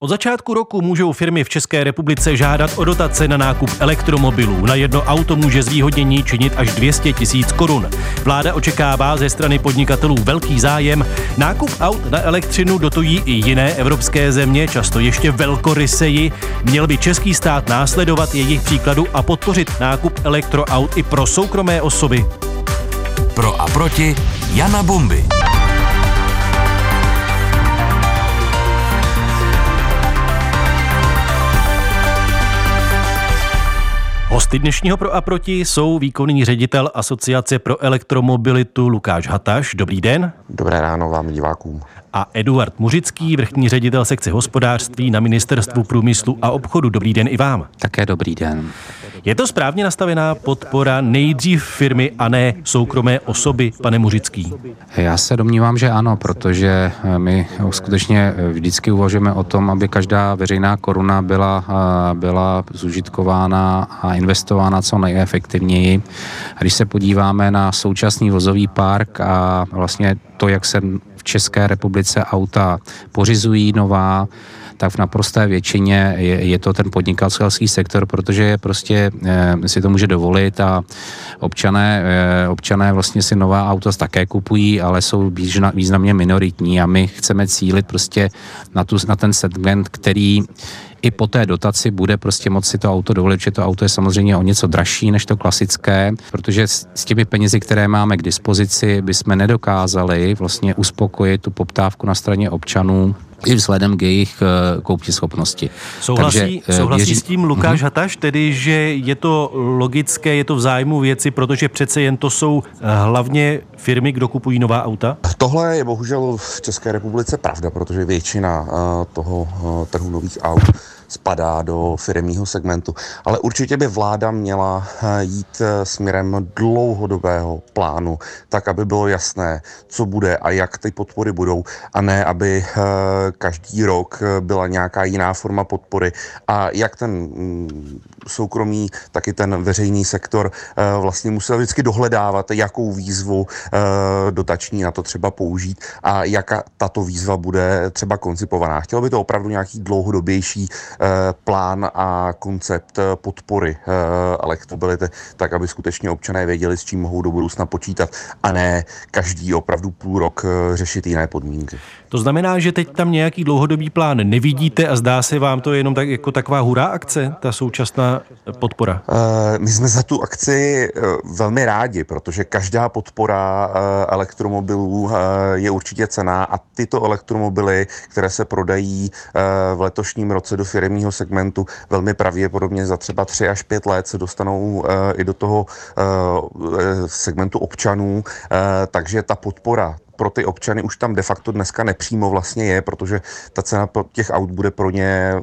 Od začátku roku můžou firmy v České republice žádat o dotace na nákup elektromobilů. Na jedno auto může zvýhodnění činit až 200 000 korun. Vláda očekává ze strany podnikatelů velký zájem. Nákup aut na elektřinu dotují i jiné evropské země, často ještě velkoryseji. Měl by český stát následovat jejich příkladu a podpořit nákup elektroaut i pro soukromé osoby. Pro a proti Jana Bomby. Hosty dnešního Pro a proti jsou výkonný ředitel Asociace pro elektromobilitu Lukáš Hataš. Dobrý den. Dobré ráno vám divákům. A Eduard Muřický, vrchní ředitel sekce hospodářství na Ministerstvu průmyslu a obchodu. Dobrý den i vám. Také dobrý den. Je to správně nastavená podpora nejdřív firmy a ne soukromé osoby, pane Muřický? Já se domnívám, že ano, protože my skutečně vždycky uvažujeme o tom, aby každá veřejná koruna byla zužitkována a investována co nejefektivněji. A když se podíváme na současný vozový park a vlastně to, jak se v České republice auta pořizují nová, tak v naprosté většině je to ten podnikatelský sektor, protože prostě si to může dovolit a občané vlastně si nová auta také kupují, ale jsou významně minoritní a my chceme cílit prostě na ten segment, který i po té dotaci bude prostě moci si to auto dovolit, že to auto je samozřejmě o něco dražší než to klasické, protože s těmi penězi, které máme k dispozici, bychom nedokázali vlastně uspokojit tu poptávku na straně občanů i vzhledem k jejich koupěschopnosti. Souhlasí s tím Lukáš Hataš, tedy, že je to logické, je to v zájmu věci, protože přece jen to jsou hlavně firmy, kdo kupují nová auta? Tohle je bohužel v České republice pravda, protože většina toho trhu nových aut spadá do firemního segmentu. Ale určitě by vláda měla jít směrem dlouhodobého plánu, tak, aby bylo jasné, co bude a jak ty podpory budou, a ne, aby každý rok byla nějaká jiná forma podpory a jak ten soukromý, tak i ten veřejný sektor vlastně musel vždycky dohledávat, jakou výzvu dotační na to třeba použít a jaká tato výzva bude třeba koncipovaná. Chtělo by to opravdu nějaký dlouhodobější plán a koncept podpory elektromobility, tak aby skutečně občané věděli, s čím mohou do budoucna počítat, a ne každý opravdu půl rok řešit jiné podmínky. To znamená, že teď tam nějaký dlouhodobý plán nevidíte a zdá se vám to jenom tak jako taková hurá akce, ta současná podpora? My jsme za tu akci velmi rádi, protože každá podpora elektromobilů je určitě cenná a tyto elektromobily, které se prodají v letošním roce do firemního segmentu, velmi pravděpodobně za třeba 3 až 5 let se dostanou i do toho segmentu občanů, takže ta podpora pro ty občany už tam de facto dneska nepřímo vlastně je, protože ta cena těch aut bude pro ně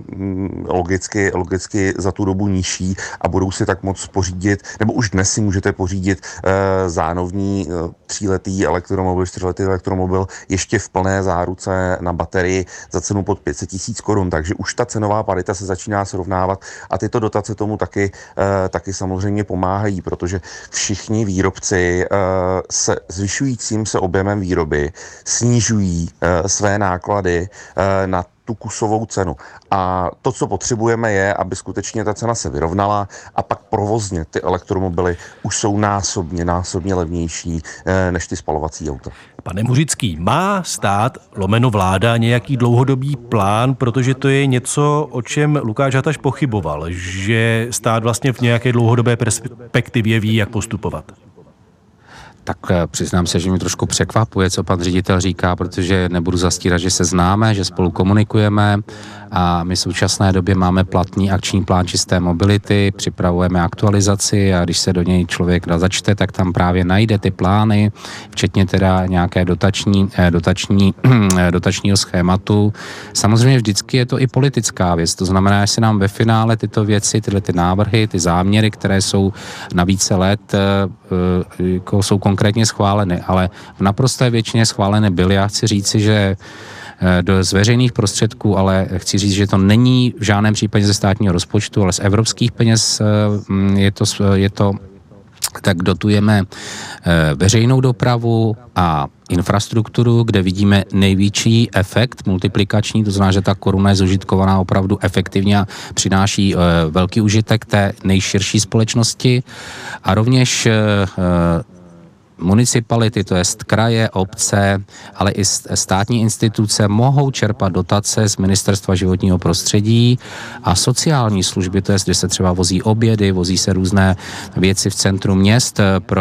logicky za tu dobu nižší a budou si tak moc pořídit, nebo už dnes si můžete pořídit zánovní 3letý elektromobil, 4letý elektromobil ještě v plné záruce na baterii za cenu pod 500 000 korun, takže už ta cenová parita se začíná srovnávat a tyto dotace tomu taky samozřejmě pomáhají, protože všichni výrobci se zvyšujícím se objemem výroby snižují své náklady na tu kusovou cenu. A to, co potřebujeme, je, aby skutečně ta cena se vyrovnala a pak provozně ty elektromobily už jsou násobně levnější než ty spalovací auta. Pane Muřický, má stát / vláda nějaký dlouhodobý plán, protože to je něco, o čem Lukáš Hataš pochyboval, že stát vlastně v nějaké dlouhodobé perspektivě ví, jak postupovat? Tak přiznám se, že mě trošku překvapuje, co pan ředitel říká, protože nebudu zastírat, že se známe, že spolu komunikujeme a my v současné době máme platný akční plán čisté mobility, připravujeme aktualizaci a když se do něj člověk začte, tak tam právě najde ty plány, včetně teda nějaké dotačního schématu. Samozřejmě vždycky je to i politická věc, to znamená, že se nám ve finále tyto věci, tyhle ty návrhy, ty záměry, které jsou na více let, jsou konkrétně schváleny, ale v naprosté většině schváleny byly. Já chci říci, že z veřejných prostředků, ale chci říct, že to není v žádném případě ze státního rozpočtu, ale z evropských peněz je to tak dotujeme veřejnou dopravu a infrastrukturu, kde vidíme největší efekt multiplikační, to znamená, že ta koruna je zužitkovaná opravdu efektivně a přináší velký užitek té nejširší společnosti. A rovněž municipality, to jest kraje, obce, ale i státní instituce mohou čerpat dotace z Ministerstva životního prostředí a sociální služby, to jest, kde se třeba vozí obědy, vozí se různé věci v centru měst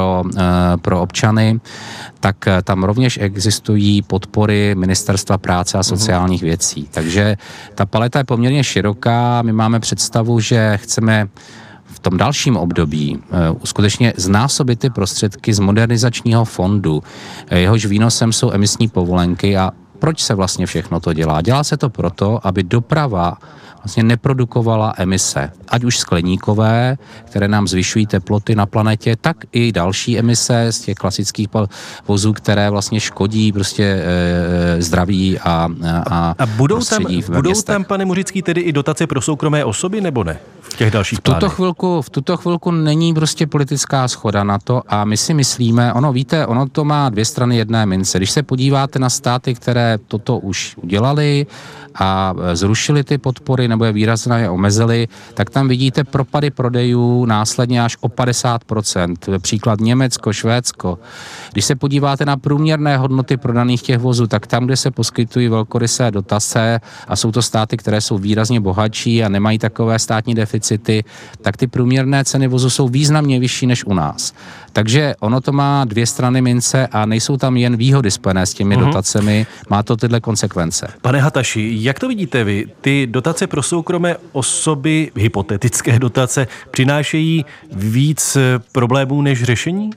pro občany, tak tam rovněž existují podpory Ministerstva práce a sociálních věcí. Takže ta paleta je poměrně široká. My máme představu, že chceme v tom dalším období skutečně znásobit ty prostředky z modernizačního fondu. Jehož výnosem jsou emisní povolenky a proč se vlastně všechno to dělá? Dělá se to proto, aby doprava vlastně neprodukovala emise, ať už skleníkové, které nám zvyšují teploty na planetě, tak i další emise z těch klasických vozů, které vlastně škodí prostě zdraví a prostředí v městech. Budou tam, pane Muřický, tedy i dotace pro soukromé osoby, nebo ne? V těch dalších plánech? V tuto chvilku není prostě politická shoda na to a my si myslíme, ono to má dvě strany jedné mince. Když se podíváte na státy, které toto už udělali a zrušili ty podpory nebo je výrazně omezili, tak tam vidíte propady prodejů následně až o 50%. Příklad Německo, Švédsko. Když se podíváte na průměrné hodnoty prodaných těch vozů, tak tam, kde se poskytují velkorysé dotace a jsou to státy, které jsou výrazně bohatší a nemají takové státní deficity, tak ty průměrné ceny vozu jsou významně vyšší než u nás. Takže ono to má dvě strany mince a nejsou tam jen výhody spojené s těmi dotacemi, má to tyhle konsekvence. Pane Hataši, jak to vidíte vy? Ty dotace pro soukromé osoby, hypotetické dotace, přinášejí víc problémů než řešení?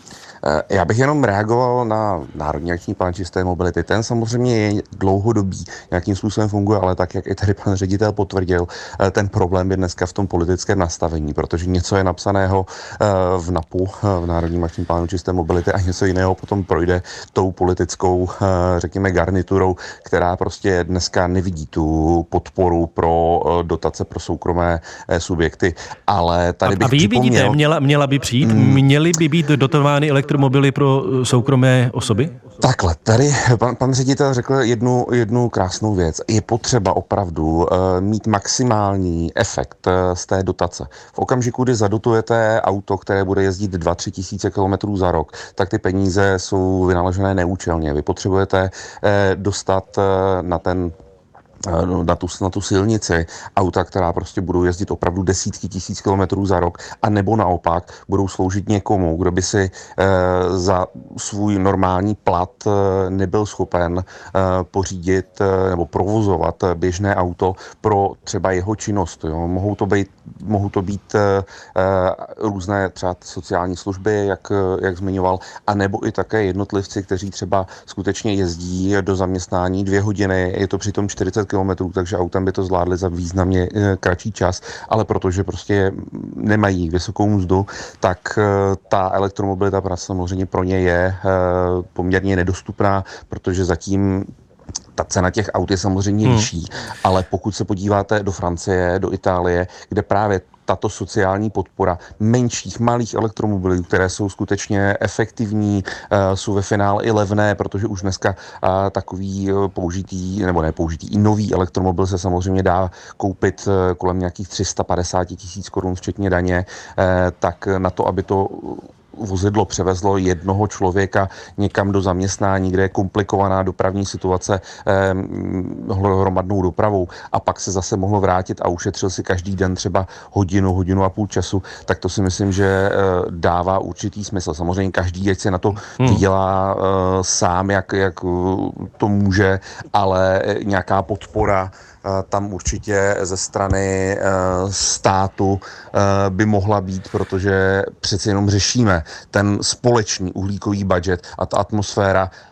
Já bych jenom reagoval na Národní akční plán čisté mobility. Ten samozřejmě je dlouhodobý, nějakým způsobem funguje, ale tak, jak i tady pan ředitel potvrdil, ten problém je dneska v tom politickém nastavení, protože něco je napsaného v NAPu, v Národním akčním plánu čisté mobility, a něco jiného potom projde tou politickou, řekněme, garniturou, která prostě dneska nevidí tu podporu pro dotace pro soukromé subjekty. Ale tady bych připomněl... vidíte, měla by přijít, měly by být dotovány elektromobily pro soukromé osoby? Takhle, tady pan ředitel řekl jednu krásnou věc. Je potřeba opravdu mít maximální efekt z té dotace. V okamžiku, kdy zadotujete auto, které bude jezdit 2-3 tisíce kilometrů za rok, tak ty peníze jsou vynaložené neúčelně. Vy potřebujete dostat na tu silnici auta, která prostě budou jezdit opravdu desítky tisíc kilometrů za rok, a nebo naopak budou sloužit někomu, kdo by si za svůj normální plat nebyl schopen pořídit nebo provozovat běžné auto pro třeba jeho činnost. Jo. Mohou to být různé třeba sociální služby, jak zmiňoval, a nebo i také jednotlivci, kteří třeba skutečně jezdí do zaměstnání 2 hodiny, je to přitom 40 kilometrů, takže autem by to zvládli za významně kratší čas, ale protože prostě nemají vysokou mzdu, tak ta elektromobilita samozřejmě pro ně je poměrně nedostupná, protože zatím ta cena těch aut je samozřejmě vyšší, ale pokud se podíváte do Francie, do Itálie, kde právě tato sociální podpora menších, malých elektromobilů, které jsou skutečně efektivní, jsou ve finále i levné, protože už dneska takový použitý, nebo nepoužitý, i nový elektromobil se samozřejmě dá koupit kolem nějakých 350 tisíc korun, včetně daně, tak na to, aby to vozidlo převezlo jednoho člověka někam do zaměstnání, kde je komplikovaná dopravní situace hromadnou dopravou, a pak se zase mohlo vrátit a ušetřil si každý den třeba hodinu a půl času, tak to si myslím, že dává určitý smysl. Samozřejmě každý, ať se na to vydělá sám, jak to může, ale nějaká podpora tam určitě ze strany státu by mohla být, protože přeci jenom řešíme ten společný uhlíkový budget a ta atmosféra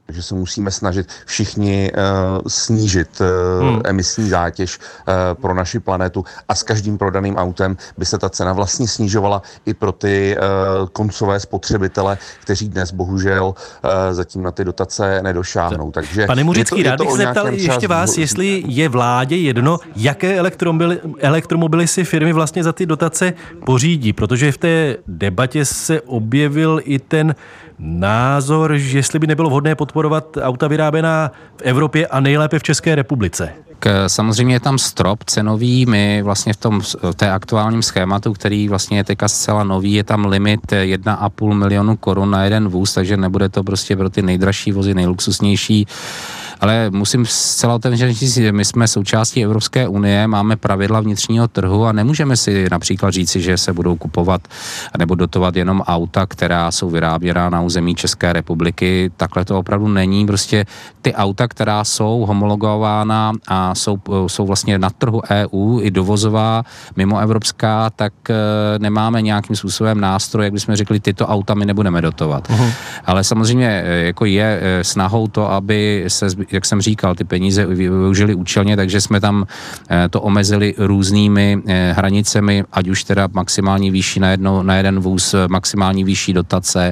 Takže se musíme snažit všichni snížit emisní zátěž pro naši planetu a s každým prodaným autem by se ta cena vlastně snižovala i pro ty koncové spotřebitele, kteří dnes bohužel zatím na ty dotace nedošáhnou. Takže pane Muřický, rád bych zeptal ještě vás, jestli je vládě jedno, jaké elektromobily si firmy vlastně za ty dotace pořídí, protože v té debatě se objevil i ten názor, že jestli by nebylo vhodné podporovat auta vyráběná v Evropě a nejlépe v České republice. Samozřejmě je tam strop cenový, my vlastně v té aktuálním schématu, který vlastně je teďka zcela nový, je tam limit 1,5 milionu korun na jeden vůz, takže nebude to prostě pro ty nejdražší vozy, nejluxusnější. Ale musím zcela otevřeně říct, my jsme součástí Evropské unie, máme pravidla vnitřního trhu a nemůžeme si například říci, že se budou kupovat nebo dotovat jenom auta, která jsou vyráběna na území České republiky. Takhle to opravdu není. Prostě ty auta, která jsou homologována a jsou vlastně na trhu EU i dovozová, mimo evropská, tak nemáme nějakým způsobem nástroj, jak bychom řekli, tyto auta my nebudeme dotovat. Ale samozřejmě jako je snahou to, aby se, jak jsem říkal, ty peníze využili účelně, takže jsme tam to omezili různými hranicemi, ať už teda maximální výši na jeden vůz, maximální výši dotace,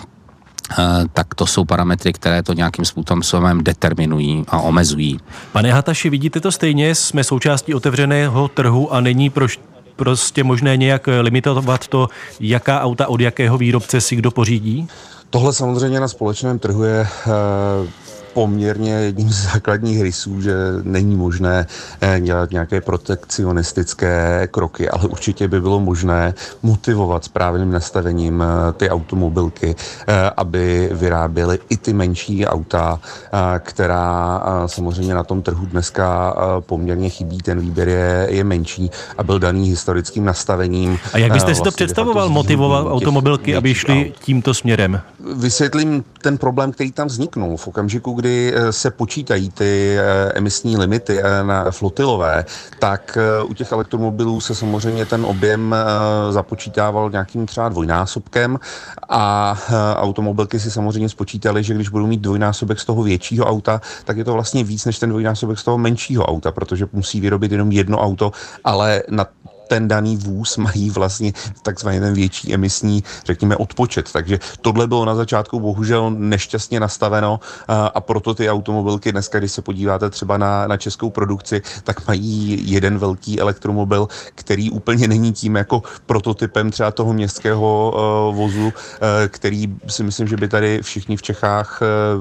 tak to jsou parametry, které to nějakým způsobem determinují a omezují. Pane Hataši, vidíte to stejně? Jsme součástí otevřeného trhu a není prostě možné nějak limitovat to, jaká auta od jakého výrobce si kdo pořídí? Tohle samozřejmě na společném trhu je poměrně jedním z základních rysů, že není možné dělat nějaké protekcionistické kroky, ale určitě by bylo možné motivovat správným nastavením ty automobilky, aby vyráběly i ty menší auta, která samozřejmě na tom trhu dneska poměrně chybí. Ten výběr je menší a byl daný historickým nastavením. A jak byste si to představoval, motivovat automobilky, aby šly tímto směrem? Vysvětlím ten problém, který tam vzniknul v okamžiku, kdy se počítají ty emisní limity na flotilové, tak u těch elektromobilů se samozřejmě ten objem započítával nějakým třeba dvojnásobkem a automobilky si samozřejmě spočítaly, že když budou mít dvojnásobek z toho většího auta, tak je to vlastně víc než ten dvojnásobek z toho menšího auta, protože musí vyrobit jenom jedno auto, ale na ten daný vůz mají vlastně takzvaný ten větší emisní, řekněme, odpočet. Takže tohle bylo na začátku bohužel nešťastně nastaveno a proto ty automobilky dneska, když se podíváte třeba na českou produkci, tak mají jeden velký elektromobil, který úplně není tím jako prototypem třeba toho městského vozu, který si myslím, že by tady všichni v Čechách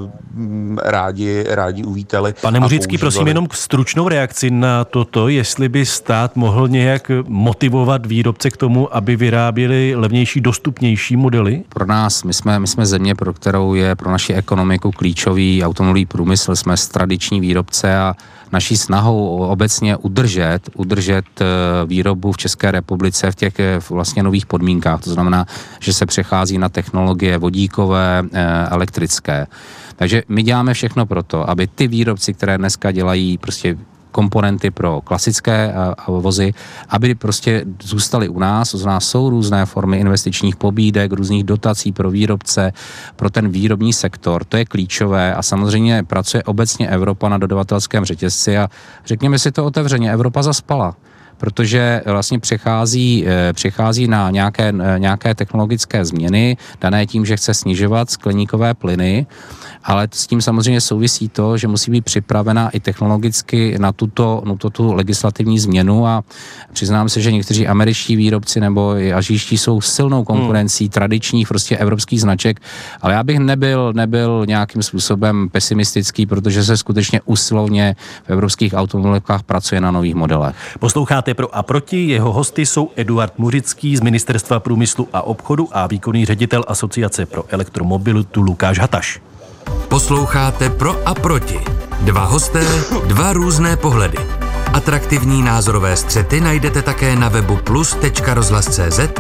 rádi uvítali. Pane Muřický, prosím jenom stručnou reakci na toto, jestli by stát mohl nějak motivovat výrobce k tomu, aby vyráběli levnější, dostupnější modely? Pro nás, my jsme země, pro kterou je pro naši ekonomiku klíčový automobilový průmysl, jsme tradiční výrobce a naší snahou obecně udržet výrobu v České republice v těch vlastně nových podmínkách. To znamená, že se přechází na technologie vodíkové, elektrické. Takže my děláme všechno pro to, aby ty výrobci, které dneska dělají prostě komponenty pro klasické vozy, aby prostě zůstaly u nás. U nás jsou různé formy investičních pobídek, různých dotací pro výrobce, pro ten výrobní sektor. To je klíčové a samozřejmě pracuje obecně Evropa na dodavatelském řetězci a řekněme si to otevřeně, Evropa zaspala, protože vlastně přechází na nějaké technologické změny, dané tím, že chce snižovat skleníkové plyny, ale s tím samozřejmě souvisí to, že musí být připravena i technologicky na tuto legislativní změnu a přiznám se, že někteří američtí výrobci nebo i asijští jsou silnou konkurencí tradičních prostě evropských značek, ale já bych nebyl nějakým způsobem pesimistický, protože se skutečně usilovně v evropských automobilkách pracuje na nových modelech. Posloucháte Pro a proti, jeho hosty jsou Eduard Muřický z Ministerstva průmyslu a obchodu a výkonný ředitel Asociace pro elektromobilitu Lukáš Hataš. Posloucháte Pro a proti. Dva hosté, dva různé pohledy. Atraktivní názorové střety najdete také na webu plus.rozhlas.cz, v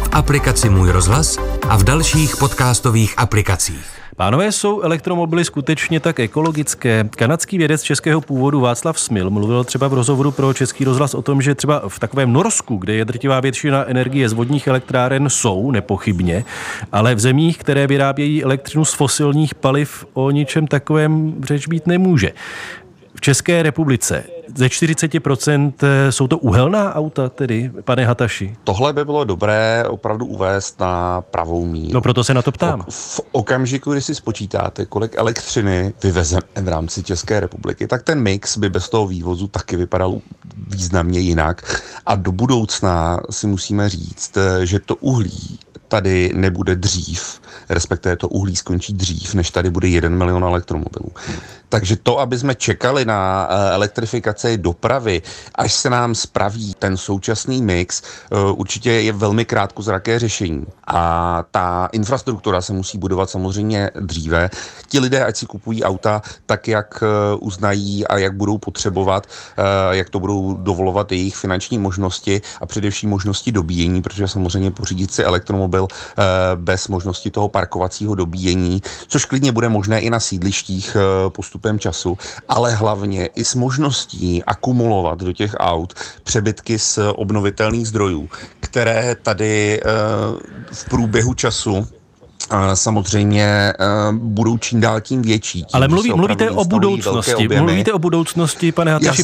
v aplikaci Můj rozhlas a v dalších podcastových aplikacích. Pánové, jsou elektromobily skutečně tak ekologické? Kanadský vědec českého původu Václav Smil mluvil třeba v rozhovoru pro Český rozhlas o tom, že třeba v takovém Norsku, kde je drtivá většina energie z vodních elektráren, jsou nepochybně, ale v zemích, které vyrábějí elektřinu z fosilních paliv, o ničem takovém řeč být nemůže. V České republice ze 40% jsou to uhelná auta tedy, pane Hataši? Tohle by bylo dobré opravdu uvést na pravou míru. No proto se na to ptám. V okamžiku, kdy si spočítáte, kolik elektřiny vyvezeme v rámci České republiky, tak ten mix by bez toho vývozu taky vypadal významně jinak. A do budoucna si musíme říct, že to uhlí tady nebude dřív, respektive to uhlí skončí dřív, než tady bude 1 milion elektromobilů. Takže to, aby jsme čekali na elektrifikaci dopravy, až se nám spraví ten současný mix, určitě je velmi krátkozraké řešení. A ta infrastruktura se musí budovat samozřejmě dříve. Ti lidé, ať si kupují auta tak, jak uznají a jak budou potřebovat, jak to budou dovolovat jejich finanční možnosti a především možnosti dobíjení, protože samozřejmě pořídit si elektromobil bez možnosti toho parkovacího dobíjení, což klidně bude možné i na sídlištích postupem času, ale hlavně i s možností akumulovat do těch aut přebytky z obnovitelných zdrojů, které tady v průběhu času samozřejmě budou čím dál tím větší. Ale mluvíte o budoucnosti. Mluvíte o budoucnosti, pane Hataši,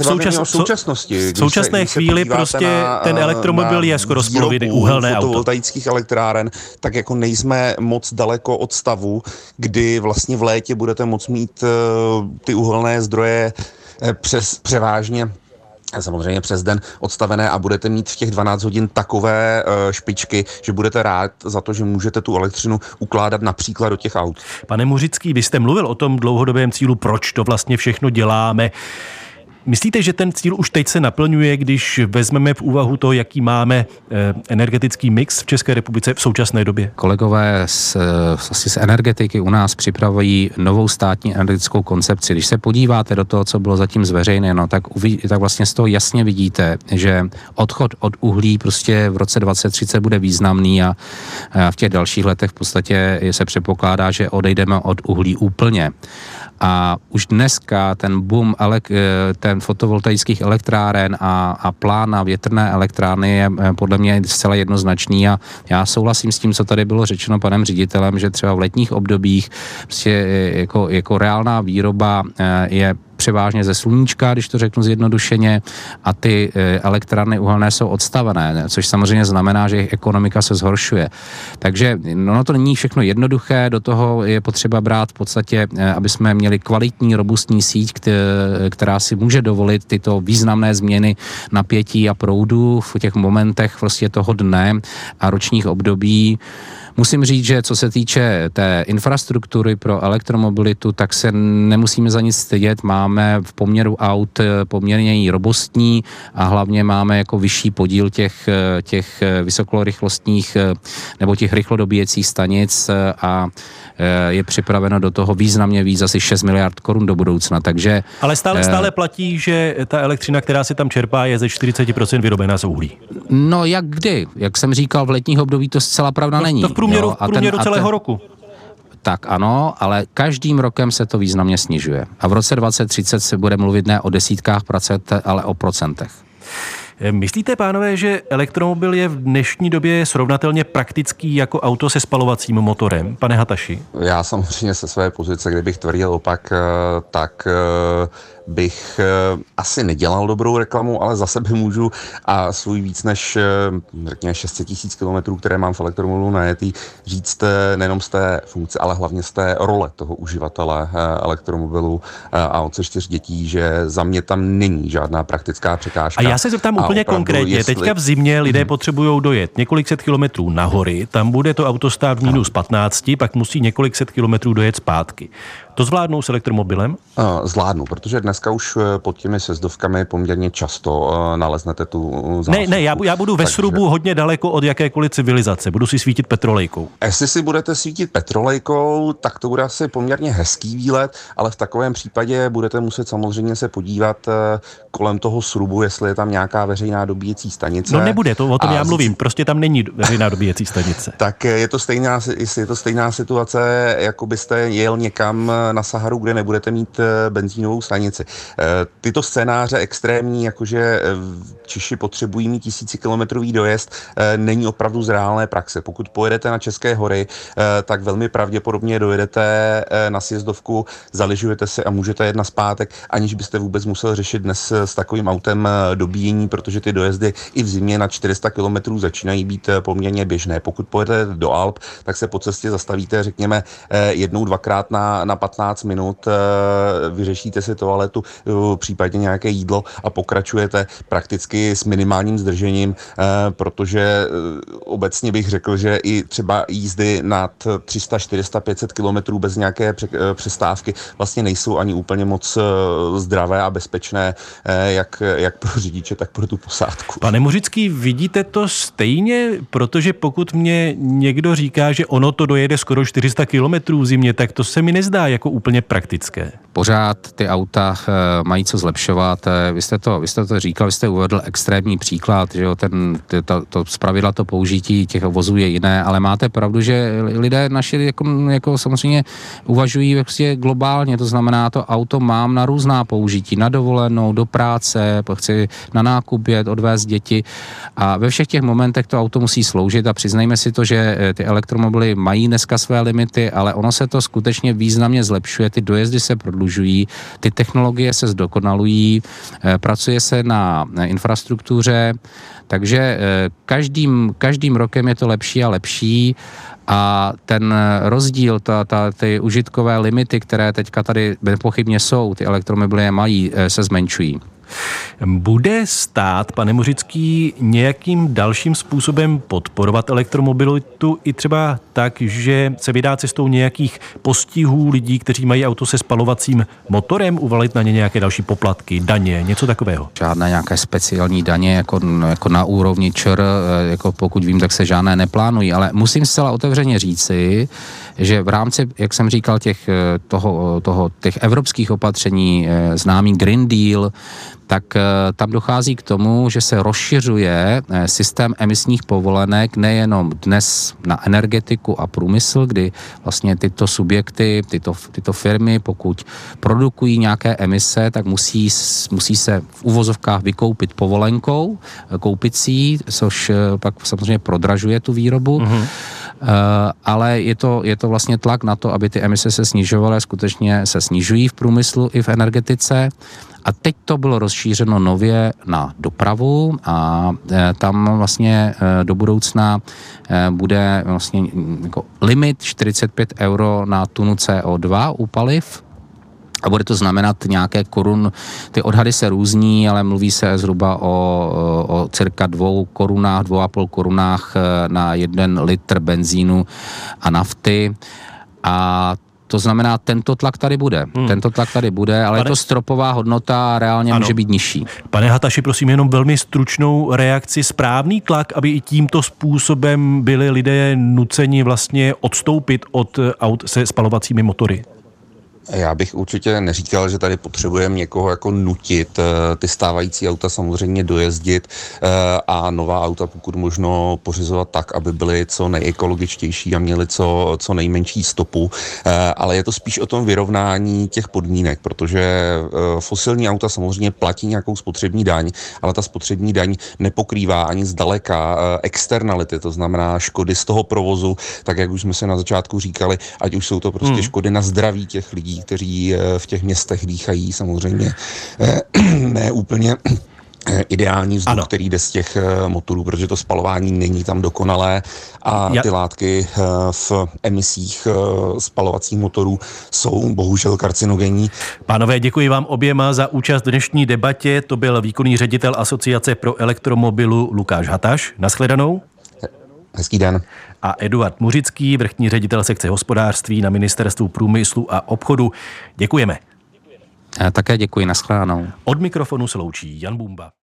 v současné chvíli prostě ten elektromobil je skoro z poloviny uhelné auto. Fotovoltaických elektráren, tak jako nejsme moc daleko od stavu, kdy vlastně v létě budete moct mít ty uhelné zdroje převážně samozřejmě přes den odstavené a budete mít v těch 12 hodin takové špičky, že budete rád za to, že můžete tu elektřinu ukládat například do těch aut. Pane Muřický, vy jste mluvil o tom dlouhodobém cílu, proč to vlastně všechno děláme. Myslíte, že ten cíl už teď se naplňuje, když vezmeme v úvahu to, jaký máme energetický mix v České republice v současné době? Kolegové z energetiky u nás připravují novou státní energetickou koncepci. Když se podíváte do toho, co bylo zatím zveřejněno, tak vlastně z toho jasně vidíte, že odchod od uhlí prostě v roce 2030 bude významný a v těch dalších letech v podstatě se předpokládá, že odejdeme od uhlí úplně. A už dneska ten boom ten fotovoltaických elektráren a plán na větrné elektrárny je podle mě zcela jednoznačný a já souhlasím s tím, co tady bylo řečeno panem ředitelem, že třeba v letních obdobích prostě jako reálná výroba je převážně ze sluníčka, když to řeknu zjednodušeně, a ty elektrárny uhelné jsou odstavené, což samozřejmě znamená, že jejich ekonomika se zhoršuje. Takže to není všechno jednoduché, do toho je potřeba brát v podstatě, aby jsme měli kvalitní, robustní síť, která si může dovolit tyto významné změny napětí a proudu v těch momentech prostě toho dne a ročních období. Musím říct, že co se týče té infrastruktury pro elektromobilitu, tak se nemusíme za nic stydět. Máme v poměru aut poměrně robustní a hlavně máme jako vyšší podíl těch vysokorychlostních nebo těch rychlodobíjecích stanic a je připraveno do toho významně víc, asi 6 miliard korun do budoucna, takže... Ale stále platí, že ta elektřina, která se tam čerpá, je ze 40% vyrobená z uhlí. No jak kdy? Jak jsem říkal, v letních období to zcela pravda není. To v průměru celého roku. Tak ano, ale každým rokem se to významně snižuje. A v roce 2030 se bude mluvit ne o desítkách procent, ale o procentech. Myslíte, pánové, že elektromobil je v dnešní době srovnatelně praktický jako auto se spalovacím motorem? Pane Hataši? Já samozřejmě se své pozice, kdybych tvrdil opak, tak bych asi nedělal dobrou reklamu, ale za sebe můžu a svůj víc než řekněme 600 000 kilometrů, které mám v elektromobilu najetý, říct nejenom z té funkce, ale hlavně z té role toho uživatele elektromobilu a otce 4 dětí, že za mě tam není žádná praktická překážka. A já se zeptám úplně konkrétně. Teďka v zimě lidé potřebují dojet několik set kilometrů na hory, tam bude to auto stát minus 15, pak musí několik set kilometrů dojet zpátky. To zvládnou s elektromobilem? Zvládnou, protože dneska už pod těmi sjezdovkami poměrně často naleznete tu zásuvku. Ne, já budu ve Srubu hodně daleko od jakékoliv civilizace. Budu si svítit petrolejkou. Jestli si budete svítit petrolejkou, tak to bude asi poměrně hezký výlet, ale v takovém případě budete muset samozřejmě se podívat kolem toho Srubu, jestli je tam nějaká veřejná dobíjecí stanice. No nebude, o tom já mluvím, prostě tam není veřejná dobíjecí stanice. Tak je to stejná situace, jako byste jel někam na Saharu, kde nebudete mít benzínovou stanici. Tyto scénáře extrémní, jakože Češi potřebují mít 1000kilometrový dojezd, není opravdu z reálné praxe. Pokud pojedete na České hory, tak velmi pravděpodobně dojedete na sjezdovku, zaližujete si a můžete jet nazpátek, aniž byste vůbec musel řešit dnes s takovým autem dobíjení, protože ty dojezdy i v zimě na 400 kilometrů začínají být poměrně běžné. Pokud pojedete do Alp, tak se po cestě zastavíte, řekněme, 1-2krát na 15 minut, vyřešíte si toaletu, případně nějaké jídlo a pokračujete prakticky s minimálním zdržením, protože obecně bych řekl, že i třeba jízdy nad 300, 400, 500 kilometrů bez nějaké přestávky vlastně nejsou ani úplně moc zdravé a bezpečné, jak pro řidiče, tak pro tu posádku. Pane Muřický, vidíte to stejně? Protože pokud mě někdo říká, že ono to dojede skoro 400 kilometrů v zimě, tak to se mi nezdá jako úplně praktické. Pořád ty auta mají co zlepšovat. Vy jste to říkal, vy jste uvedl extrémní příklad, že jo, zpravidla to použití těch vozů je jiné, ale máte pravdu, že lidé naši jako samozřejmě uvažují vlastně globálně, to znamená, to auto mám na různá použití, na dovolenou, do práce, chci na nákup jet, odvést děti a ve všech těch momentech to auto musí sloužit a přiznejme si to, že ty elektromobily mají dneska své limity, ale ono se to skutečně významně zlepšuje, ty dojezdy se prodlužují, ty technologie se zdokonalují, pracuje se na infrastruktuře, takže každým rokem je to lepší a lepší a ten rozdíl, ty užitkové limity, které teďka tady nepochybně jsou, ty elektromobily mají, se zmenšují. Bude stát, pane Muřický, nějakým dalším způsobem podporovat elektromobilitu i třeba tak, že se vydá cestou nějakých postihů lidí, kteří mají auto se spalovacím motorem, uvalit na ně nějaké další poplatky, daně, něco takového? Žádné nějaké speciální daně jako na úrovni ČR, jako pokud vím, tak se žádné neplánují, ale musím zcela otevřeně říci, že v rámci, jak jsem říkal, těch evropských opatření, známý Green Deal, tak tam dochází k tomu, že se rozšiřuje systém emisních povolenek nejenom dnes na energetiku a průmysl, kdy vlastně tyto subjekty, tyto firmy, pokud produkují nějaké emise, tak musí se v uvozovkách vykoupit povolenkou, koupit což pak samozřejmě prodražuje tu výrobu. Mm-hmm. Ale je to vlastně tlak na to, aby ty emise se snižovaly, skutečně se snižují v průmyslu i v energetice. A teď to bylo rozšířeno nově na dopravu a tam vlastně do budoucna bude vlastně jako limit 45 € na tunu CO2 u paliv. A bude to znamenat nějaké korun, ty odhady se různí, ale mluví se zhruba o cirka 2 korunách, 2,5 korunách na 1 litr benzínu a nafty. A to znamená, tento tlak tady bude. Ale je to stropová hodnota, reálně může být nižší. Pane Hataši, prosím jenom velmi stručnou reakci. Správný tlak, aby i tímto způsobem byli lidé nuceni vlastně odstoupit od aut se spalovacími motory? Já bych určitě neříkal, že tady potřebujeme někoho jako nutit, ty stávající auta samozřejmě dojezdit a nová auta pokud možno pořizovat tak, aby byly co nejekologičtější a měly co nejmenší stopu, ale je to spíš o tom vyrovnání těch podmínek, protože fosilní auta samozřejmě platí nějakou spotřební daň, ale ta spotřební daň nepokrývá ani zdaleka externality, to znamená škody z toho provozu, tak jak už jsme se na začátku říkali, ať už jsou to prostě škody na zdraví těch lidí, kteří v těch městech dýchají samozřejmě ne úplně ideální vzduch, který jde z těch motorů, protože to spalování není tam dokonalé a ty látky v emisích spalovacích motorů jsou bohužel karcinogenní. Pánové, děkuji vám oběma za účast v dnešní debatě. To byl výkonný ředitel Asociace pro elektromobilu Lukáš Hataš. Naschledanou. Hezký den. A Eduard Muřický, vrchní ředitel sekce hospodářství na Ministerstvu průmyslu a obchodu. Děkujeme. Také děkuji, naschledanou. Od mikrofonu se loučí Jan Bumba.